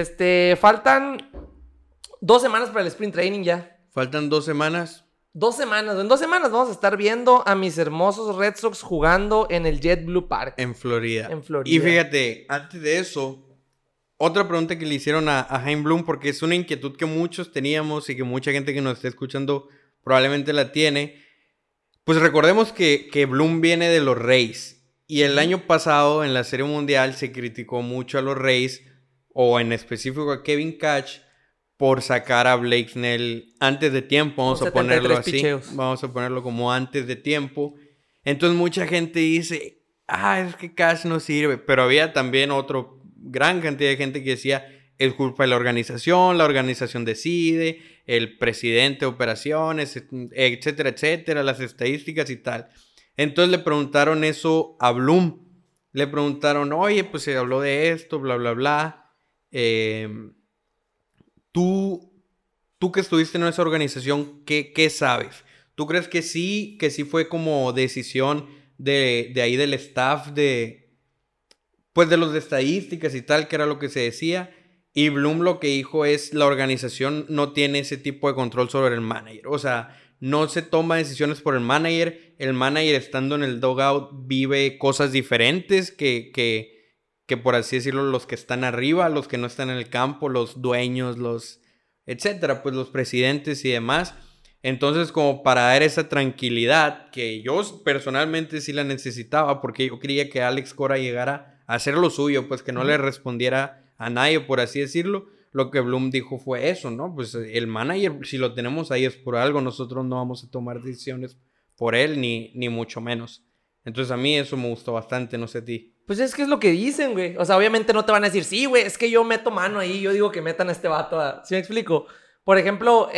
faltan 2 semanas para el sprint training ya. Faltan 2 semanas. 2 semanas. En 2 semanas vamos a estar viendo a mis hermosos Red Sox jugando en el JetBlue Park. En Florida. En Florida. Y fíjate, antes de eso, otra pregunta que le hicieron a Heimblum, porque es una inquietud que muchos teníamos y que mucha gente que nos está escuchando probablemente la tiene. Pues recordemos que Bloom viene de los Rays. Y el año pasado, en la Serie Mundial, se criticó mucho a los Rays, o en específico a Kevin Cash, por sacar a Blake Snell antes de tiempo. Vamos a ponerlo así. Picheos. Vamos a ponerlo como antes de tiempo. Entonces mucha gente dice, es que Cash no sirve. Pero había también gran cantidad de gente que decía, es culpa de la organización decide, el presidente de operaciones, etcétera, etcétera, las estadísticas y tal. Entonces le preguntaron eso a Bloom. Le preguntaron, oye, pues se habló de esto, bla, bla, bla. Tú que estuviste en esa organización, ¿qué sabes? ¿Tú crees que sí fue como decisión de ahí del staff pues de los de estadísticas y tal, que era lo que se decía? Y Bloom lo que dijo es, la organización no tiene ese tipo de control sobre el manager. O sea, no se toma decisiones por el manager. El manager, estando en el dugout, vive cosas diferentes que por así decirlo, los que están arriba, los que no están en el campo, los dueños, etcétera, pues los presidentes y demás. Entonces, como para dar esa tranquilidad, que yo personalmente sí la necesitaba, porque yo quería que Alex Cora llegara a hacer lo suyo, pues que no le respondiera a nadie, por así decirlo. Lo que Bloom dijo fue eso, ¿no? Pues el manager, si lo tenemos ahí es por algo, nosotros no vamos a tomar decisiones por él, ni mucho menos. Entonces a mí eso me gustó bastante, no sé a ti. Pues es que es lo que dicen, güey. O sea, obviamente no te van a decir, sí, güey, es que yo meto mano ahí, yo digo que metan a este vato. ¿Sí me explico? Por ejemplo,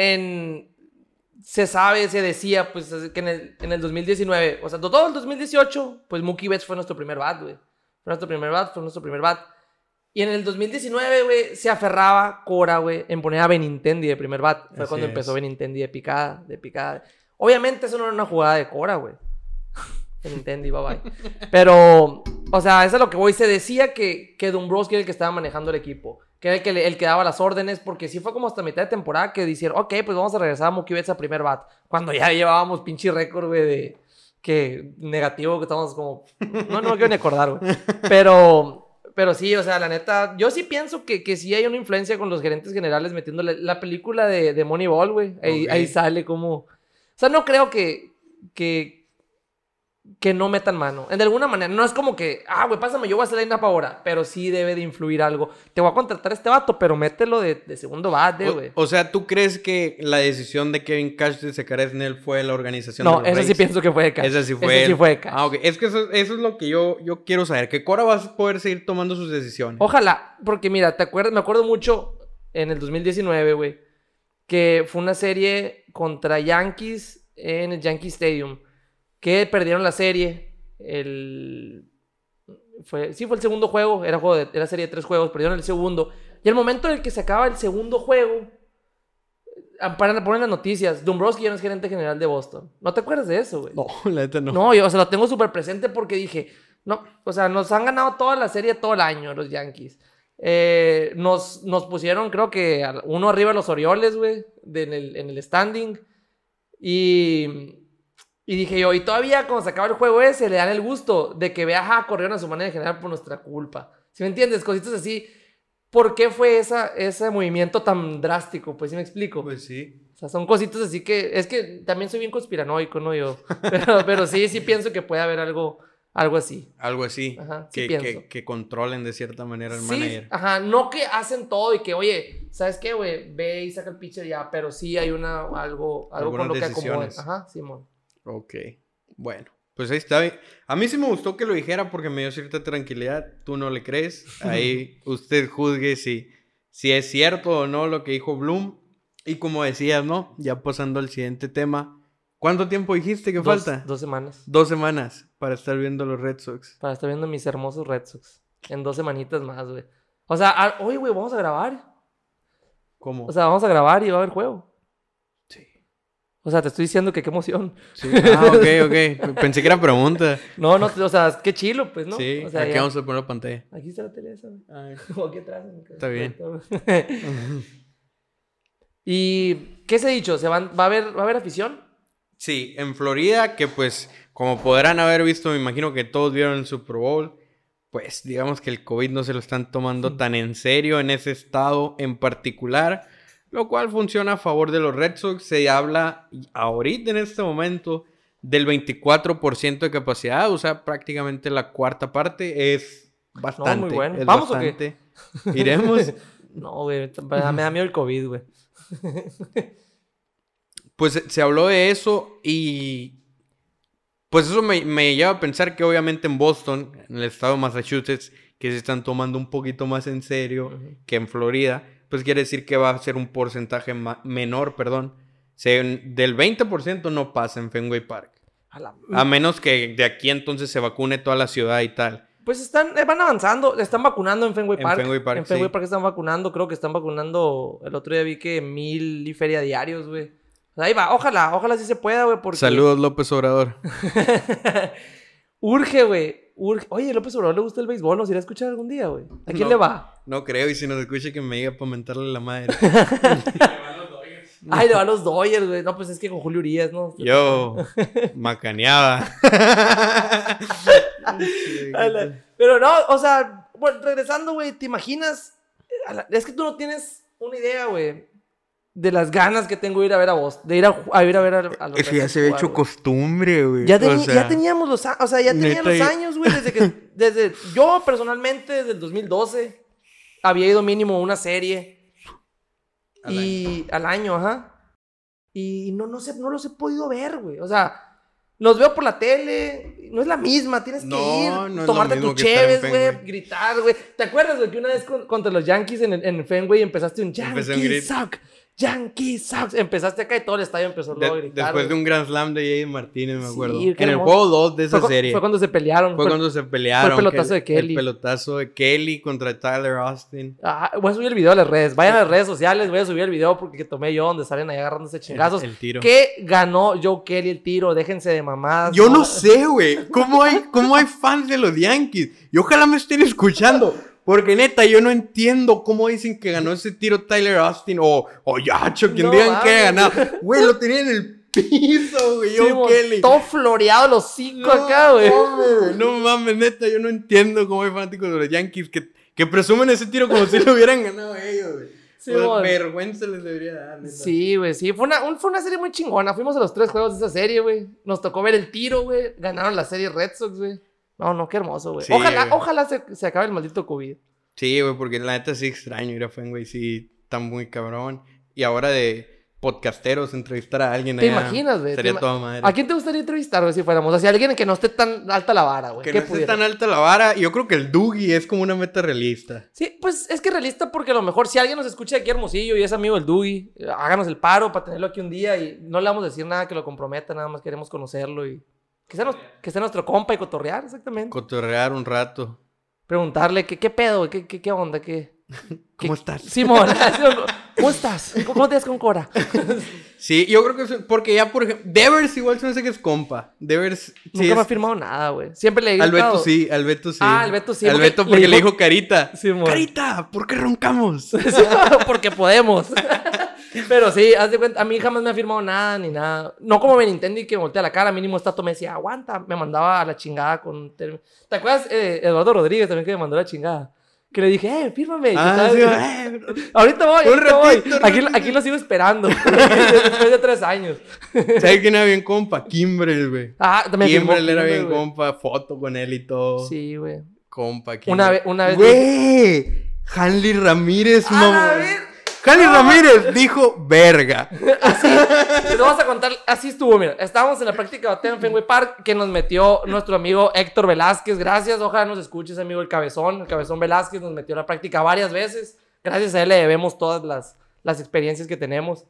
se decía, pues, que en el 2019, o sea, todo el 2018, pues Mookie Betts fue nuestro primer bat, güey. Fue nuestro primer bat. Y en el 2019, güey, se aferraba Cora, güey, en poner a Benintendi de primer bat. Fue cuando empezó Benintendi de picada. Obviamente eso no era una jugada de Cora, güey. Benintendi, bye bye. Pero, o sea, eso es lo que voy. Se decía que Dombrowski era el que estaba manejando el equipo. Que era el que daba las órdenes. Porque sí fue como hasta mitad de temporada que dijeron, ok, pues vamos a regresar a Mookie Betts a primer bat. Cuando ya llevábamos pinche récord, güey, de... que negativo, que estábamos como... No me quiero ni acordar, güey. Pero Pero sí, o sea, la neta, yo sí pienso que sí hay una influencia con los gerentes generales metiéndole la película de Moneyball, güey. Ahí sale como... O sea, no creo que no metan mano. De alguna manera, no es como que, güey, pásame, yo voy a hacer la line-up ahora. Pero sí debe de influir algo. Te voy a contratar a este vato, pero mételo de segundo bate, güey. O sea, ¿tú crees que la decisión de Kevin Cash de sacar a Snell fue la organización de No, los eso Rays? sí pienso que fue de Cash. Esa sí fue de Cash. Ok. Es que eso es lo que yo quiero saber. Que Cora va a poder seguir tomando sus decisiones. Ojalá, porque mira, me acuerdo mucho en el 2019, güey, que fue una serie contra Yankees en el Yankee Stadium, que perdieron la serie. Fue el segundo juego, era serie de 3 juegos, perdieron el segundo. Y al momento en el que se acaba el segundo juego, para poner las noticias, Dombrowski ya no es gerente general de Boston. ¿No te acuerdas de eso, güey? No, la neta no. No, yo, o sea, lo tengo súper presente porque dije, no, o sea, nos han ganado toda la serie todo el año los Yankees. Nos pusieron, creo que, uno arriba de los Orioles, güey, en el standing. Y dije yo, y todavía cuando se acaba el juego ese, le dan el gusto de que vea, corrieron a su manera de general por nuestra culpa. ¿Sí me entiendes? Cositas así. ¿Por qué fue ese movimiento tan drástico? Pues sí me explico. Pues sí. O sea, son cositas así que... Es que también soy bien conspiranoico, ¿no? Yo. Pero sí pienso que puede haber algo así. Algo así. Ajá, sí pienso. Que controlen de cierta manera al Sí, manager. ajá. No que hacen todo y que, oye, ¿sabes qué, güey? Ve y saca el pitcher ya. Pero sí hay algo con lo que acomoden. Ajá, Simón. Ok, bueno, pues ahí está. A mí sí me gustó que lo dijera porque me dio cierta tranquilidad. Tú no le crees. Ahí usted juzgue si es cierto o no lo que dijo Bloom. Y como decías, ¿no? Ya pasando al siguiente tema. ¿Cuánto tiempo dijiste que falta? 2 semanas. 2 semanas para estar viendo los Red Sox. Para estar viendo mis hermosos Red Sox. En 2 semanitas más, güey. O sea, oye, güey, vamos a grabar. ¿Cómo? O sea, vamos a grabar y va a haber juego. Sí. O sea, te estoy diciendo que qué emoción. Sí. Ok. Pensé que era pregunta. No, o sea, qué chilo, pues, ¿no? Sí, o sea, aquí vamos a poner la pantalla. Aquí está la tele esa, güey. Ay. O aquí atrás. Está bien. ¿Y qué se ha dicho? ¿Va a haber afición? Sí, en Florida, que pues, como podrán haber visto, me imagino que todos vieron el Super Bowl, pues digamos que el COVID no se lo están tomando tan en serio en ese estado en particular, lo cual funciona a favor de los Red Sox. Se habla ahorita en este momento del 24% de capacidad, o sea, prácticamente la cuarta parte. Es bastante. No, muy bueno. Es ¿Vamos bastante. ¿O qué? ¿Iremos? No, güey, me da miedo el COVID, güey. Pues se habló de eso y pues eso me lleva a pensar que obviamente en Boston, en el estado de Massachusetts, que se están tomando un poquito más en serio que en Florida, pues quiere decir que va a ser un porcentaje menor, perdón. Del 20% no pasa en Fenway Park. A menos que de aquí entonces se vacune toda la ciudad y tal. Pues van avanzando, están vacunando en Fenway Park. En Fenway Park, en Fenway Park están vacunando, creo que están vacunando, el otro día vi que 1,000 y feria diarios, güey. Ahí va, ojalá sí se pueda, güey, porque... Saludos, López Obrador. Urge, güey. Oye, López Obrador le gusta el béisbol, ¿nos irá a escuchar algún día, güey? ¿A quién le va? No creo, y si nos escucha que me diga para mentarle la madre. Ay, le va a los Dodgers, güey. No, pues es que con Julio Urias, ¿no? Yo macaneaba. Pero no, o sea, bueno, regresando, güey, ¿te imaginas? Es que tú no tienes una idea, güey, de las ganas que tengo de ir a ver a vos, de ir a ver a los... Es que ya se había hecho costumbre, güey. Ya teníamos los años, güey, desde yo personalmente, desde el 2012, había ido mínimo una serie. Al año, ajá. Y no los he podido ver, güey. O sea, los veo por la tele. No es la misma. Tienes que ir, tomarte tus cheves, güey, gritar, güey. ¿Te acuerdas, güey, que una vez contra los Yankees en Fenway empezaste un Yankees suck? Yankees sucks. Empezaste acá y todo el estadio empezó luego a gritar. Después de un Grand Slam de J.D. Martínez, me acuerdo. Sí, en el juego 2 de esa serie. Fue cuando se pelearon. Fue el pelotazo de Kelly. El pelotazo de Kelly contra Tyler Austin. Voy a subir el video a las redes. Vayan a las redes sociales. Voy a subir el video porque tomé yo donde salen ahí agarrándose chingazos. El tiro. ¿Qué ganó Joe Kelly el tiro? Déjense de mamadas. Yo no sé, güey. ¿Cómo hay fans de los Yankees? Y ojalá me estén escuchando. Porque neta, yo no entiendo cómo dicen que ganó ese tiro Tyler Austin o Yacho, quien digan que haya ganado. Güey, lo tenía en el piso, güey. Sí, John mon, Kelly. todo floreado el hocico acá, güey. No mames, neta, yo no entiendo cómo hay fanáticos de los Yankees que presumen ese tiro como si lo hubieran ganado ellos, güey. Sí, Pues, mon. vergüenza les debería dar, neta. Sí, güey, sí. Fue una serie muy chingona. Fuimos a los 3 juegos de esa serie, güey. Nos tocó ver el tiro, güey. Ganaron la serie Red Sox, güey. No, qué hermoso, güey. Sí, Ojalá se acabe el maldito COVID. Sí, güey, porque la neta sí extraño ir a Fenway, sí, está muy cabrón. Y ahora de podcasteros, entrevistar a alguien ¿Te allá, imaginas, güey? sería toda madre. ¿A quién te gustaría entrevistar, güey, si fuéramos? O sea, alguien que no esté tan alta la vara, güey. Que ¿Qué no esté pudiera? tan alta la vara, yo creo que el Dougie es como una meta realista. Sí, pues es que realista porque a lo mejor si alguien nos escucha de aquí Hermosillo y es amigo del Dewey, háganos el paro para tenerlo aquí un día y no le vamos a decir nada que lo comprometa, nada más queremos conocerlo y que sea nuestro compa y cotorrear, exactamente. Cotorrear un rato. Preguntarle qué pedo, güey, qué onda, ¿Cómo estás? Simón, ¿cómo estás? ¿Cómo te ves con Cora? Sí, yo creo que es porque ya, por ejemplo, Devers igual se me hace que es compa. Devers sí Nunca me ha es... firmado nada, güey. Siempre le he Al gritado. Beto sí, al Beto sí. Ah, al Beto sí, Al porque Beto porque le le dijo- dijo Carita. Simón. Carita, ¿por qué roncamos? Porque podemos. Pero sí, haz de cuenta, a mí jamás me ha firmado nada ni nada. No como Benintendi que me voltea la cara, mínimo Stato me decía, aguanta, me mandaba a la chingada con... ¿Te acuerdas Eduardo Rodríguez también que me mandó a la chingada? Que le dije, fírmame. Ah, ¿Sabes? sí, Ahorita voy, Un ahorita voy. ratito. Aquí lo sigo esperando. Después de 3 años. ¿sabes quién era bien compa? Kimbrel, güey. Ah, también firmó Kimbrel era bien güey. compa, foto con él y todo. Sí, güey. Compa, Una Kimbrel. vez... Güey, Hanley Ramírez, ¡A la mamá. ver- Hanley Ramírez dijo verga. Te lo vas a contar, así estuvo, mira. Estábamos en la práctica de bateo en Fenway Park que nos metió nuestro amigo Héctor Velázquez. Gracias, ojalá nos escuches, amigo el Cabezón Velázquez nos metió a la práctica varias veces. Gracias a él le debemos todas las experiencias que tenemos.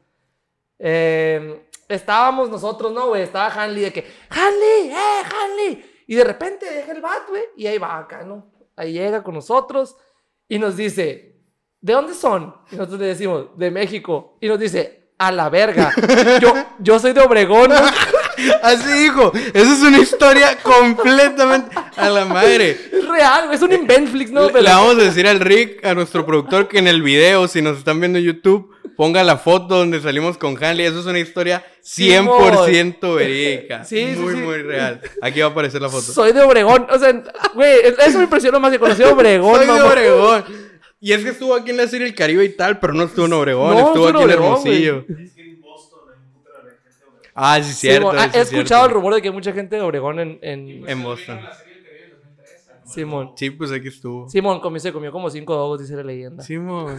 Estábamos nosotros, ¿no, güey? Estaba Hanley de que, Hanley. Y de repente deja el bat, güey, y ahí va acá, ¿no? Ahí llega con nosotros y nos dice, ¿de dónde son? Y nosotros le decimos, de México. Y nos dice, a la verga. Yo soy de Obregón. Así dijo. Esa es una historia completamente a la madre. Es real, güey. Es un Inventflix, ¿no? Le vamos a decir al Rick, a nuestro productor, que en el video, si nos están viendo en YouTube, ponga la foto donde salimos con Hanley. Eso es una historia 100% verídica. Sí, sí, muy, sí. muy real. Aquí va a aparecer la foto. Soy de Obregón. O sea, güey, eso me impresionó más que conocí a Obregón, Soy de mamá. Obregón. Y es que estuvo aquí en la serie El Caribe y tal, pero no estuvo en Obregón, No, estuvo estuvo en aquí en Obregón, Hermosillo. Es que en Boston hay un puto de gente de Obregón. Ah, sí, Sí, cierto. mon. sí, He es escuchado el cierto. rumor de que hay mucha gente de Obregón en En Boston. La serie del Caribe en 2013. ¿no? Simón. Sí, pues aquí estuvo. Simón se comió como 5 dogos, dice la leyenda. Simón.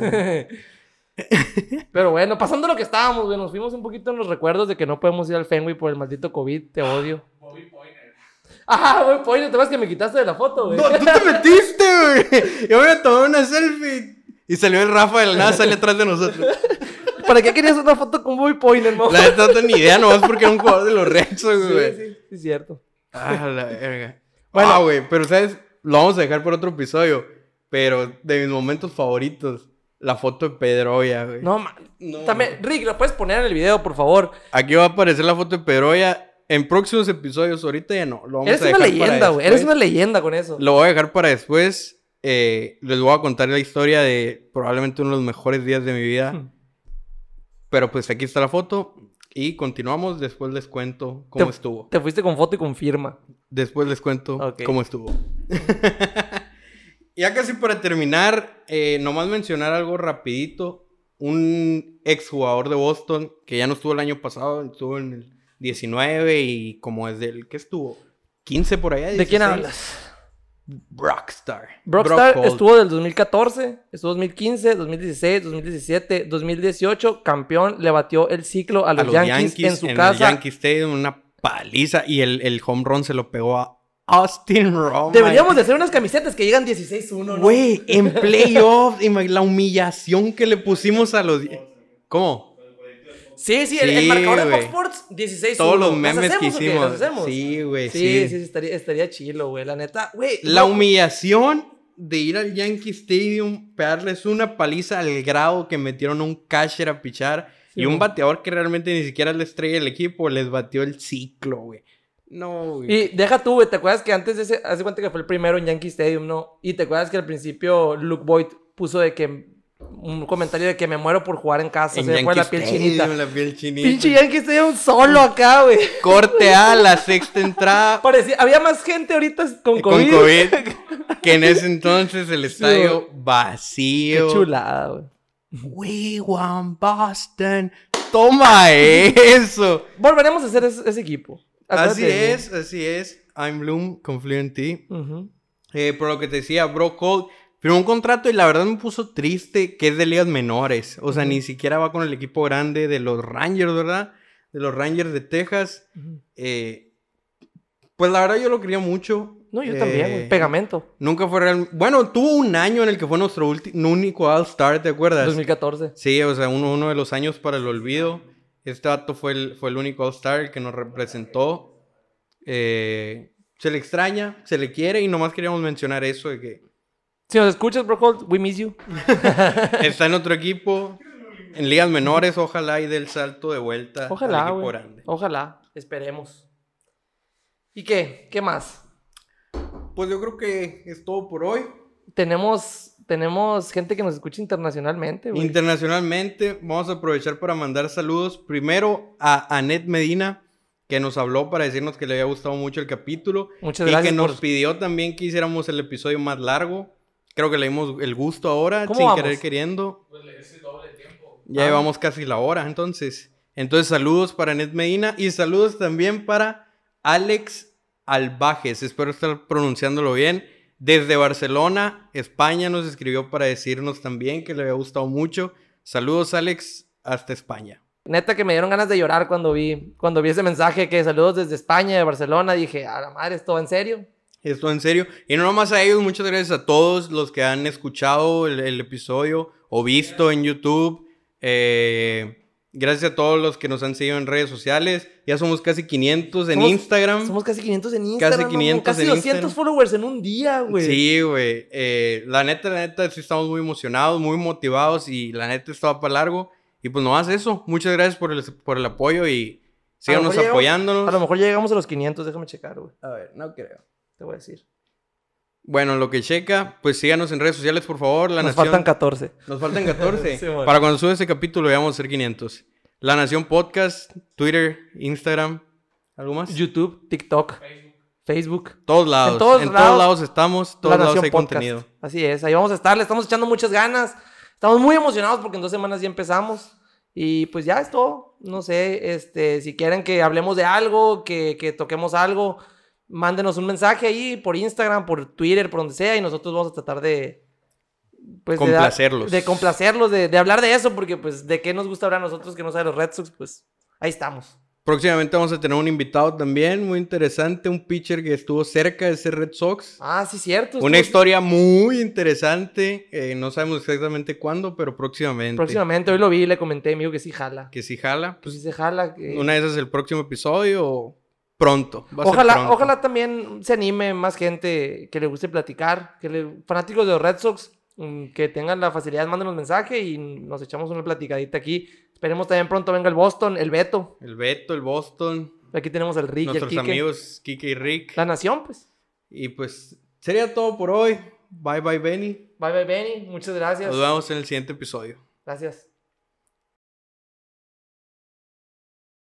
Pero bueno, pasando lo que estábamos, güey, nos fuimos un poquito en los recuerdos de que no podemos ir al Fenway por el maldito COVID, te odio. Bobby Poyner. Ah, güey, pollo, te vas que me quitaste de la foto, güey. No, tú te metiste, güey. Yo me tomé una selfie. Y salió el Rafa de la nada, sale atrás de nosotros. ¿Para qué querías una foto con Bobby Poyner, mo? La neta no tengo ni idea, nomás porque era un jugador de los Red Sox, güey. Sí, es cierto. Ah, la verga. Bueno. Bueno, güey, pero ¿sabes? Lo vamos a dejar por otro episodio. Pero de mis momentos favoritos, la foto de Pedroya, güey. No, man. No. También, Rick, ¿lo puedes poner en el video, por favor? Aquí va a aparecer la foto de Pedroya en próximos episodios. Ahorita ya no. Lo vamos Eres a una dejar leyenda, para güey. Eres después. una leyenda con eso. Lo voy a dejar para después. Les voy a contar la historia de probablemente uno de los mejores días de mi vida. Pero pues aquí está la foto. Y continuamos. Después les cuento cómo estuvo. Te fuiste con foto y con firma. Después les cuento Ok. cómo estuvo. Ya casi para terminar, nomás mencionar algo rapidito. Un exjugador de Boston que ya no estuvo el año pasado, estuvo en el 19 y como desde el que estuvo 15 por allá. ¿De quién 16. hablas? Brockstar. Brockstar Brock Holt. estuvo del 2014, estuvo 2015, 2016, 2017, 2018, campeón, le batió el ciclo a los Yankees en su el casa. Yankee Stadium, una paliza y el home run se lo pegó a Austin Romine. Deberíamos de hacer unas camisetas que llegan 16-1, ¿no? Güey, en playoffs, la humillación que le pusimos a los... ¿Cómo? Sí, el Sí, marcador de güey. Fox Sports, 16-1. Todos los ¿Las memes que hacemos o qué? hicimos. ¿Las hacemos? Sí, güey, Sí, sí. estaría chilo, güey. La neta, güey. La no, humillación de ir al Yankee Stadium, pegarles una paliza al grado que metieron a un catcher a pichar Sí, y un güey. bateador que realmente ni siquiera es la estrella del equipo, les batió el ciclo, güey. No, güey. Y deja tú, güey, ¿te acuerdas que antes de ese, haz de cuenta que fue el primero en Yankee Stadium, ¿no? Y te acuerdas que al principio Luke Boyd puso de que un comentario de que me muero por jugar en casa. En Se me pone la Yankee piel Stadium, chinita. la piel chinita. Pinche Yankee Stadium solo acá, güey. Corte a la sexta entrada. Había más gente ahorita con Con COVID. COVID. Que en ese entonces el estadio vacío. Qué chulada, güey. We want Boston. Toma eso. Volveremos a hacer ese equipo. Así Acuérdate de es, así es. I'm Bloom con Fluent T. mí. Ujú. Por lo que te decía, Brock Holt firmó un contrato y la verdad me puso triste que es de ligas menores. O sea, ni siquiera va con el equipo grande de los Rangers, ¿verdad? De los Rangers de Texas. Ujú. Pues la verdad yo lo quería mucho. No, yo también, güey. Pegamento. Nunca fue real. Bueno, tuvo un año en el que fue nuestro único All-Star, ¿te acuerdas? 2014. Sí, o sea, uno de los años para el olvido. Este vato fue el único All-Star el que nos representó. Se le extraña, se le quiere y nomás queríamos mencionar eso de que Si nos escuchas, Brock Holt, we miss you. está en otro equipo, en ligas menores, ojalá y dé el salto de vuelta al Ojalá, equipo güey. grande. Ojalá. Esperemos. ¿Y qué? ¿Qué más? Pues yo creo que es todo por hoy. Tenemos gente que nos escucha internacionalmente, güey. Internacionalmente, vamos a aprovechar para mandar saludos primero a Anet Medina, que nos habló para decirnos que le había gustado mucho el capítulo. Muchas y gracias que nos por- pidió también que hiciéramos el episodio más largo. Creo que le dimos el gusto ahora, ¿Cómo sin vamos? querer queriendo. Pues le ese doble tiempo. Ya llevamos casi la hora, entonces. Entonces, saludos para Anet Medina y saludos también para Alex Albajes. Espero estar pronunciándolo bien. Desde Barcelona, España, nos escribió para decirnos también que le había gustado mucho. Saludos, Alex, hasta España. Neta que me dieron ganas de llorar cuando vi ese mensaje que saludos desde España, de Barcelona. Dije, a la madre, ¿esto va en serio? Esto en serio. Y no nomás a ellos, muchas gracias a todos los que han escuchado el episodio o visto en YouTube. Gracias a todos los que nos han seguido en redes sociales. Ya somos casi 500 en Instagram. Somos casi 500 en Instagram. Casi 500 casi en 200 Instagram. followers en un día, güey. Sí, güey. La neta, sí estamos muy emocionados, muy motivados y la neta esto va para largo. Y pues nomás eso. Muchas gracias por el apoyo y síganos apoyándonos. A lo mejor ya llegamos a los 500, déjame checar, güey. A ver, no creo. Te voy a decir. Bueno, lo que checa, pues síganos en redes sociales, por favor. La Nos Nación... faltan 14. Nos faltan 14. Sí, bueno. Para cuando sube ese capítulo ya vamos a ser 500. La Nación Podcast, Twitter, Instagram, ¿algo más? YouTube, TikTok, Facebook. Todos lados. En todos todos lados, lados estamos, todos La lados Nación hay Podcast. contenido. Así es, ahí vamos a estar. Le estamos echando muchas ganas. Estamos muy emocionados porque en 2 semanas ya empezamos. Y pues ya es todo. No sé, si quieren que hablemos de algo, que toquemos algo, mándenos un mensaje ahí por Instagram, por Twitter, por donde sea. Y nosotros vamos a tratar de... Pues, Complacerlos. De complacerlos, de hablar de eso. Porque pues de qué nos gusta hablar a nosotros que no sabe los Red Sox, pues ahí estamos. Próximamente vamos a tener un invitado también muy interesante, un pitcher que estuvo cerca de ser Red Sox. Ah, sí, cierto. Una estuvo- historia muy interesante, no sabemos exactamente cuándo, pero próximamente. Próximamente, hoy lo vi y le comenté, amigo, que sí jala. Que si jala, Pues pues sí se jala. que- una de esas es el próximo episodio o pronto. Va a ser pronto. Ojalá también se anime más gente que le guste platicar, fanáticos de los Red Sox, que tengan la facilidad, mándenos mensaje y nos echamos una platicadita aquí. Esperemos también pronto venga el Boston, el Beto. El Beto, el Boston, Aquí tenemos al Rick y el nuestros Kike. amigos Kike y Rick. La Nación, pues. Y pues sería todo por hoy. Bye bye Benny. Bye, bye, Benny. Muchas gracias. Nos vemos en el siguiente episodio. Gracias.